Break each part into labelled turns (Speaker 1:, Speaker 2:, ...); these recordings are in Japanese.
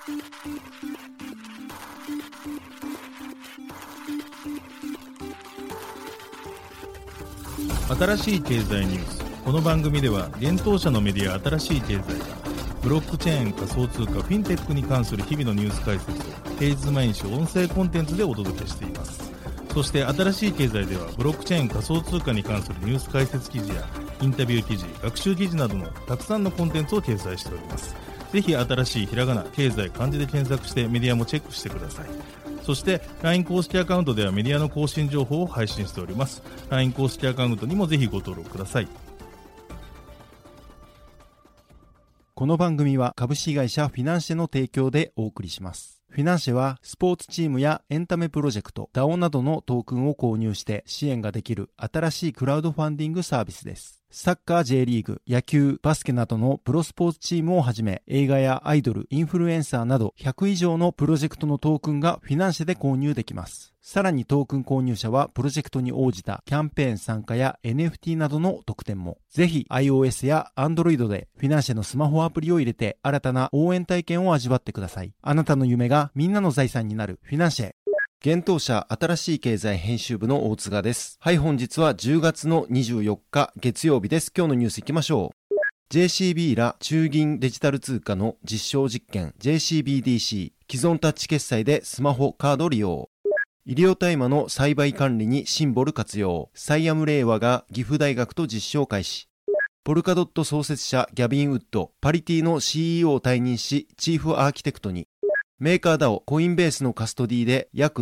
Speaker 1: 新しい経済ニュース。この番組では現当社のメディア新しい経済がブロックチェーン、仮想通貨、フィンテックに関する日々のニュース解説を平日毎日音声コンテンツでお届けしています。そして新しい経済ではブロックチェーン、仮想通貨に関するニュース解説記事やインタビュー記事、学習記事などのたくさんのコンテンツを掲載しております。ぜひ新しいひらがな、経済、漢字で検索してメディアもチェックしてください。そして LINE 公式アカウントではメディアの更新情報を配信しております。 LINE 公式アカウントにもぜひご登録ください。
Speaker 2: この番組は株式会社フィナンシェの提供でお送りします。フィナンシェはスポーツチームやエンタメプロジェクト、DAO などのトークンを購入して支援ができる新しいクラウドファンディングサービスです。サッカー J リーグ、野球、バスケなどのプロスポーツチームをはじめ、映画やアイドル、インフルエンサーなど100以上のプロジェクトのトークンがフィナンシェで購入できます。さらにトークン購入者はプロジェクトに応じたキャンペーン参加や NFT などの特典も。ぜひ iOS や Android でフィナンシェのスマホアプリを入れて新たな応援体験を味わってください。あなたの夢がみんなの財産になるフィナンシェ。現当社新しい経済編集部の大塚です。はい、本日は10月の24日月曜日です。今日のニュースいきましょう。JCB ら中銀デジタル通貨の実証実験 JCBDC 既存タッチ決済でスマホカード利用。医療大麻の栽培管理にシンボル活用。サイアム令和が岐阜大学と実証開始。ポルカドット創設者ギャビン・ウッド、パリティの CEO を退任しチーフアーキテクトに。メーカー DAO コインベースのカストディで約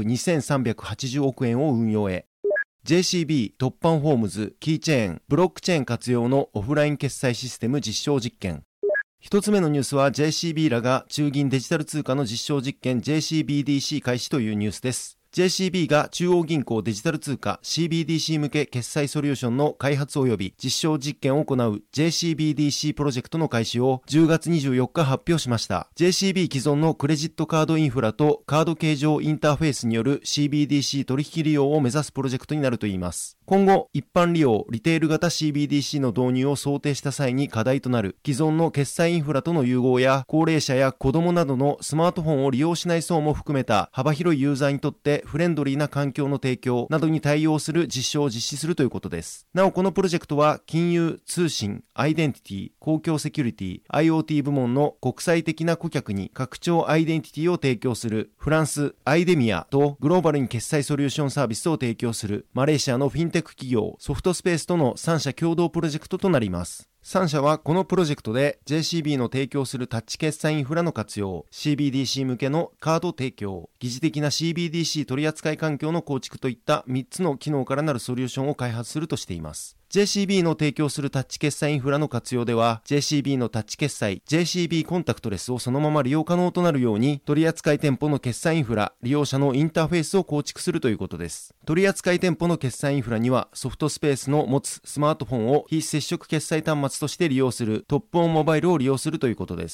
Speaker 2: 2380億円を運用へ。JCB 突破フォームズキーチェーンブロックチェーン活用のオフライン決済システム実証実験。一つ目のニュースは JCB らが中銀デジタル通貨の実証実験 JCBDC 開始というニュースです。JCB が中央銀行デジタル通貨 CBDC 向け決済ソリューションの開発及び実証実験を行う JCBDC プロジェクトの開始を10月24日発表しました。JCB 既存のクレジットカードインフラとカード形状インターフェースによる CBDC 取引利用を目指すプロジェクトになるといいます。今後、一般利用、リテール型 CBDC の導入を想定した際に課題となる既存の決済インフラとの融合や高齢者や子供などのスマートフォンを利用しない層も含めた幅広いユーザーにとってフレンドリーな環境の提供などに対応する実証を実施するということです。なお、このプロジェクトは金融、通信、アイデンティティ、公共セキュリティ、IoT 部門の国際的な顧客に拡張アイデンティティを提供するフランス、アイデミアとグローバルに決済ソリューションサービスを提供するマレーシアのフィンテック企業ソフトスペースとの3社共同プロジェクトとなります。3社はこのプロジェクトで JCB の提供するタッチ決済インフラの活用、CBDC 向けのカード提供、疑似的な CBDC 取扱環境の構築といった3つの機能からなるソリューションを開発するとしています。JCB の提供するタッチ決済インフラの活用では JCB のタッチ決済 JCB コンタクトレスをそのまま利用可能となるように取扱店舗の決済インフラ、利用者のインターフェースを構築するということです。取扱店舗の決済インフラにはソフトスペースの持つスマートフォンを非接触決済端末として利用するトップオンモバイルを利用するということです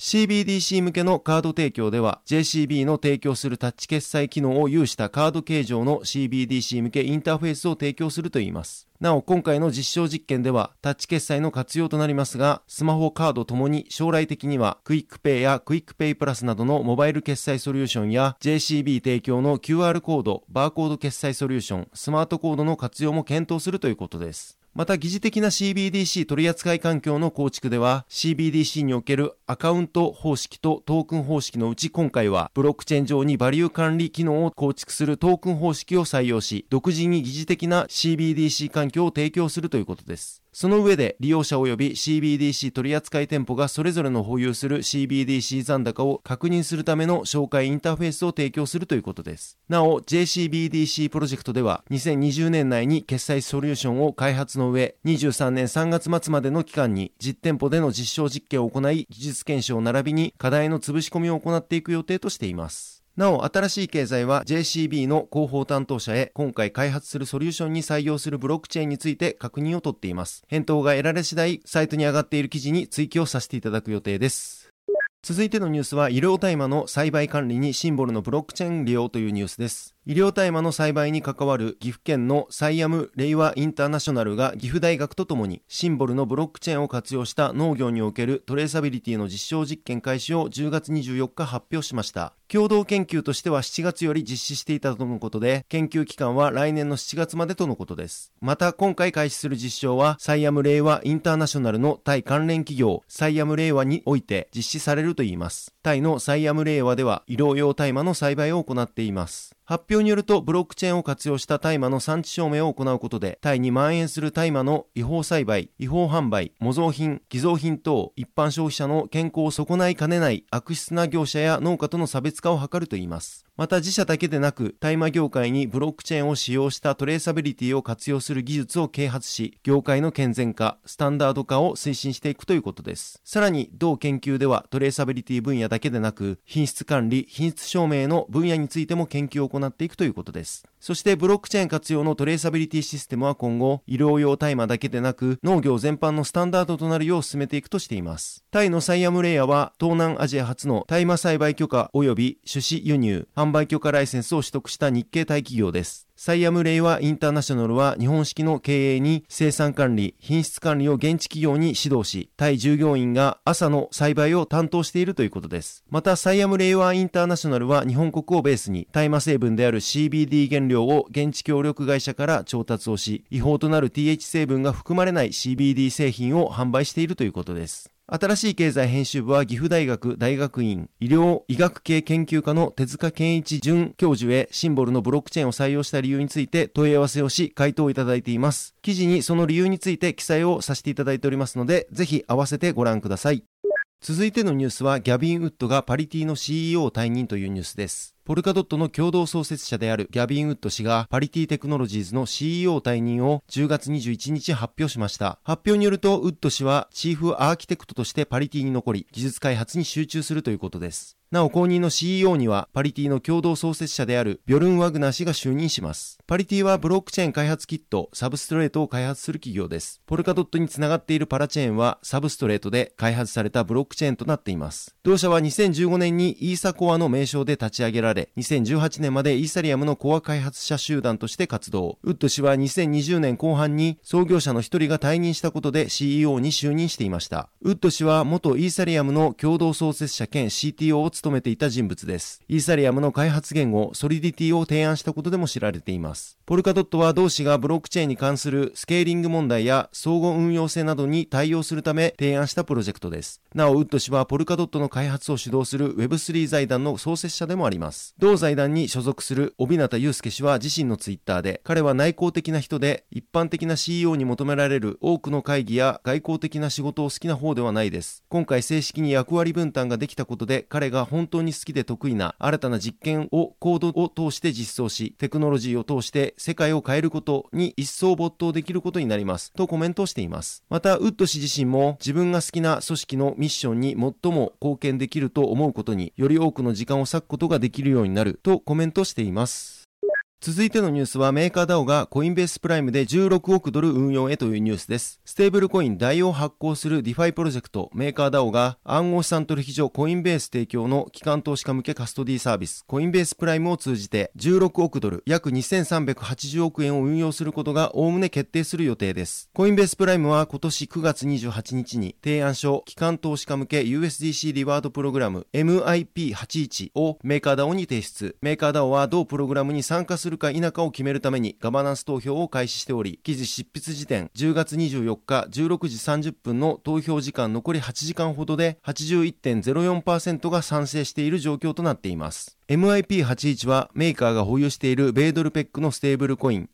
Speaker 2: 。CBDC 向けのカード提供では JCB の提供するタッチ決済機能を有したカード形状の CBDC 向けインターフェースを提供するといいます。なお、今回の実証実験ではタッチ決済の活用となりますが、スマホ、カードともに将来的にはクイックペイやクイックペイプラスなどのモバイル決済ソリューションや JCB 提供の QR コード、バーコード決済ソリューション、スマートコードの活用も検討するということです。また疑似的な CBDC 取扱環境の構築では CBDC におけるアカウント方式とトークン方式のうち今回はブロックチェーン上にバリュー管理機能を構築するトークン方式を採用し独自に疑似的な CBDC 環境を提供するということです。その上で利用者及び CBDC 取扱店舗がそれぞれの保有する CBDC 残高を確認するための紹介インターフェースを提供するということです。なお JCBDC プロジェクトでは2020年内に決済ソリューションを開発の上23年3月末までの期間に実店舗での実証実験を行い技術検証並びに課題の潰し込みを行っていく予定としています。なお、新しい経済は JCB の広報担当者へ今回開発するソリューションに採用するブロックチェーンについて確認を取っています。返答が得られ次第、サイトに上がっている記事に追記をさせていただく予定です。続いてのニュースは医療大麻の栽培管理にシンボルのブロックチェーン利用というニュースです。 医療大麻の栽培に関わる岐阜県のサイアム・レイワ・インターナショナルが岐阜大学とともにシンボルのブロックチェーンを活用した農業におけるトレーサビリティの実証実験開始を10月24日発表しました。共同研究としては7月より実施していたとのことで、研究期間は来年の7月までとのことです。また今回開始する実証はサイアム・レイワ・インターナショナルのタイ関連企業サイアム・レイワにおいて実施されるといいます。タイのサイアム・レイワでは医療用大麻の栽培を行っています。発表によると、ブロックチェーンを活用した大麻の産地証明を行うことで、タイに蔓延する大麻の違法栽培、違法販売、模造品、偽造品等、一般消費者の健康を損ないかねない悪質な業者や農家との差別化を図るといいます。また自社だけでなく、大麻業界にブロックチェーンを使用したトレーサビリティを活用する技術を啓発し、業界の健全化、スタンダード化を推進していくということです。さらに、同研究ではトレーサビリティ分野だけでなく、品質管理、品質証明の分野についても研究を行っていくということです。そしてブロックチェーン活用のトレーサビリティシステムは今後、医療用大麻だけでなく、農業全般のスタンダードとなるよう進めていくとしています。タイのサイアムレイヤは、東南アジア初の大麻栽培許可及び種子輸入、販売許可ライセンスを取得した日系タイ企業です。サイアムレイワインターナショナルは日本式の経営に生産管理、品質管理を現地企業に指導し、タイ従業員が朝の栽培を担当しているということです。またサイアムレイワインターナショナルは日本国をベースに大麻成分である CBD 原料を現地協力会社から調達をし、違法となる TH 成分が含まれない CBD 製品を販売しているということです。新しい経済編集部は岐阜大学大学院医療医学系研究科の手塚健一准教授へシンボルのブロックチェーンを採用した理由について問い合わせをし回答をいただいています。記事にその理由について記載をさせていただいておりますので、ぜひ合わせてご覧ください。続いてのニュースはギャビン・ウッドがパリティの CEO を退任というニュースです。ポルカドットの共同創設者であるギャビン・ウッド氏がパリティテクノロジーズの CEO 退任を10月21日発表しました。発表によるとウッド氏はチーフアーキテクトとしてパリティに残り技術開発に集中するということです。なお後任の CEO にはパリティの共同創設者であるビョルン・ワグナー氏が就任します。パリティはブロックチェーン開発キット、サブストレートを開発する企業です。ポルカドットにつながっているパラチェーンはサブストレートで開発されたブロックチェーンとなっています。同社は2015年にイーサコアの名称で立ち上げられ、2018年までイーサリアムのコア開発者集団として活動。ウッド氏は2020年後半に創業者の一人が退任したことで CEO に就任していました。ウッド氏は元イーサリアムの共同創設者兼 CTO を務めていた人物です。イーサリアムの開発言語ソリディティを提案したことでも知られています。ポルカドットは同氏がブロックチェーンに関するスケーリング問題や相互運用性などに対応するため提案したプロジェクトです。なおウッド氏はポルカドットの開発を主導する Web3 財団の創設者でもあります。同財団に所属する帯名祐介氏は自身のツイッターで、彼は内向的な人で一般的な CEO に求められる多くの会議や外交的な仕事を好きな方ではないです。今回正式に役割分担ができたことで彼が本当に好きで得意な新たな実験をコードを通して実装し、テクノロジーを通して世界を変えることに一層没頭できることになりますとコメントしています。またウッド氏自身も自分が好きな組織のミッションに最も貢献できると思うことにより多くの時間を割くことができるようになるとコメントしています。続いてのニュースはメーカー DAO がコインベースプライムで16億ドル運用へというニュースです。ステーブルコイン DAI を発行する DeFi プロジェクトメーカー DAO が暗号資産取引所コインベース提供の機関投資家向けカストディサービスコインベースプライムを通じて16億ドル約2380億円を運用することが概ね決定する予定です。コインベースプライムは今年9月28日に提案書機関投資家向け USDC リワードプログラム MIP81 をメーカー DAO に提出。メーカー DAO は同プログラムに参加するか否かを決めるためにガバナンス投票を開始しており、記事執筆時点10月24日16時30分の投票時間残り8時間ほどで 81.04% が賛成している状況となっています。MIP81 はメーカーが保有している米ドルペックのステーブルコイン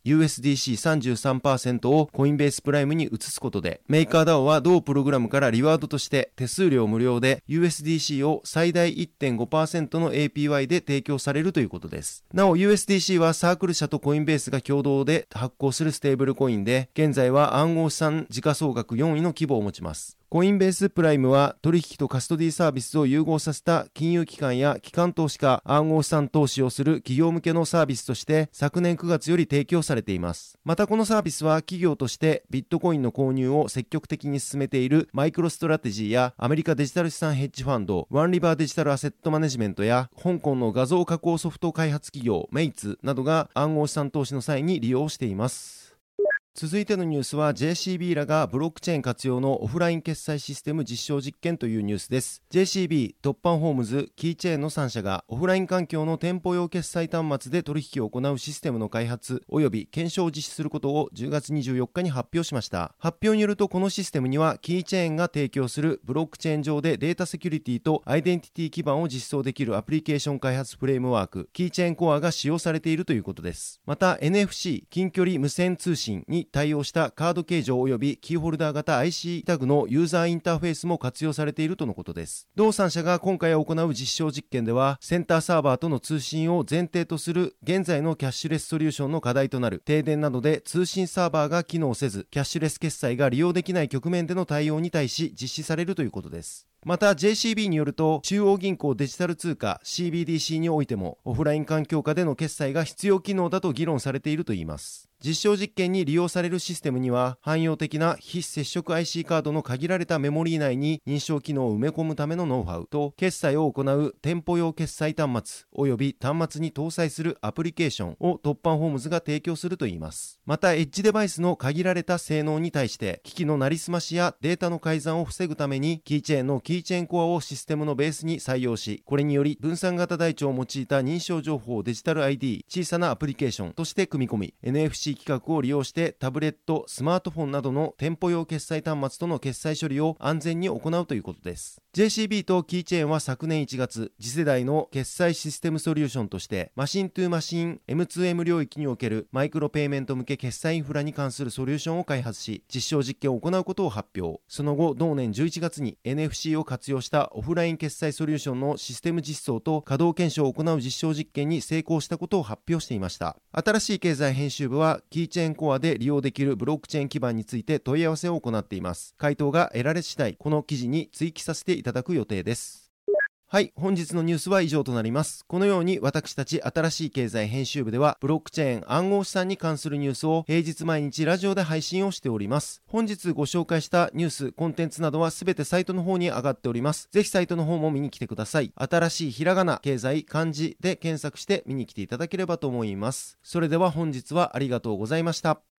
Speaker 2: USDC33% をコインベースプライムに移すことで、メーカー DAO は同プログラムからリワードとして手数料無料で USDC を最大 1.5% の APY で提供されるということです。なお USDC はサークル社とコインベースが共同で発行するステーブルコインで、現在は暗号資産時価総額4位の規模を持ちます。 コインベースプライムは取引とカストディサービスを融合させた金融機関や機関投資家、暗号資産投資をする企業向けのサービスとして昨年9月より提供されています。またこのサービスは企業としてビットコインの購入を積極的に進めているマイクロストラテジーやアメリカデジタル資産ヘッジファンド、ワンリバーデジタルアセットマネジメントや香港の画像加工ソフト開発企業メイツなどが暗号資産投資の際に利用しています。続いてのニュースは JCB らがブロックチェーン活用のオフライン決済システム実証実験というニュースです。 JCB、トッパンホームズ、キーチェーンの3社がオフライン環境の店舗用決済端末で取引を行うシステムの開発及び検証を実施することを10月24日に発表しました。発表によるとこのシステムにはキーチェーンが提供するブロックチェーン上でデータセキュリティとアイデンティティ基盤を実装できるアプリケーション開発フレームワークキーチェーンコアが使用されているということです。また NFC 近距離無線通信に対応したカード形状及びキーホルダー型 IC タグのユーザーインターフェースも活用されているとのことです。同3社が今回行う実証実験ではセンターサーバーとの通信を前提とする現在のキャッシュレスソリューションの課題となる停電などで通信サーバーが機能せずキャッシュレス決済が利用できない局面での対応に対し実施されるということです。また JCB によると中央銀行デジタル通貨 CBDC においてもオフライン環境下での決済が必要機能だと議論されているといいます。実証実験に利用されるシステムには汎用的な非接触 IC カードの限られたメモリー内に認証機能を埋め込むためのノウハウと決済を行う店舗用決済端末及び端末に搭載するアプリケーションをトッパンホームズが提供するといいます。またエッジデバイスの限られた性能に対して機器のなりすましやデータの改ざんを防ぐためにキーチェーンのキーチェーンコアをシステムのベースに採用し、これにより分散型台帳を用いた認証情報デジタル ID 小さなアプリケーションとして組み込み NFC 規格を利用してタブレット、スマートフォンなどの店舗用決済端末との決済処理を安全に行うということです。 JCB とキーチェーンは昨年1月次世代の決済システムソリューションとしてマシントゥーマシン M2M 領域におけるマイクロペイメント向け決済インフラに関するソリューションを開発し実証実験を行うことを発表。その後同年11月に NFC を活用したオフライン決済ソリューションのシステム実装と稼働検証を行う実証実験に成功したことを発表していました。新しい経済編集部はキーチェーンコアで利用できるブロックチェーン基盤について問い合わせを行っています。回答が得られ次第この記事に追記させていただく予定です。はい、本日のニュースは以上となります。このように私たち新しい経済編集部ではブロックチェーン暗号資産に関するニュースを平日毎日ラジオで配信をしております。本日ご紹介したニュース、コンテンツなどはすべてサイトの方に上がっております。ぜひサイトの方も見に来てください。新しいひらがな、経済、漢字で検索して見に来ていただければと思います。それでは本日はありがとうございました。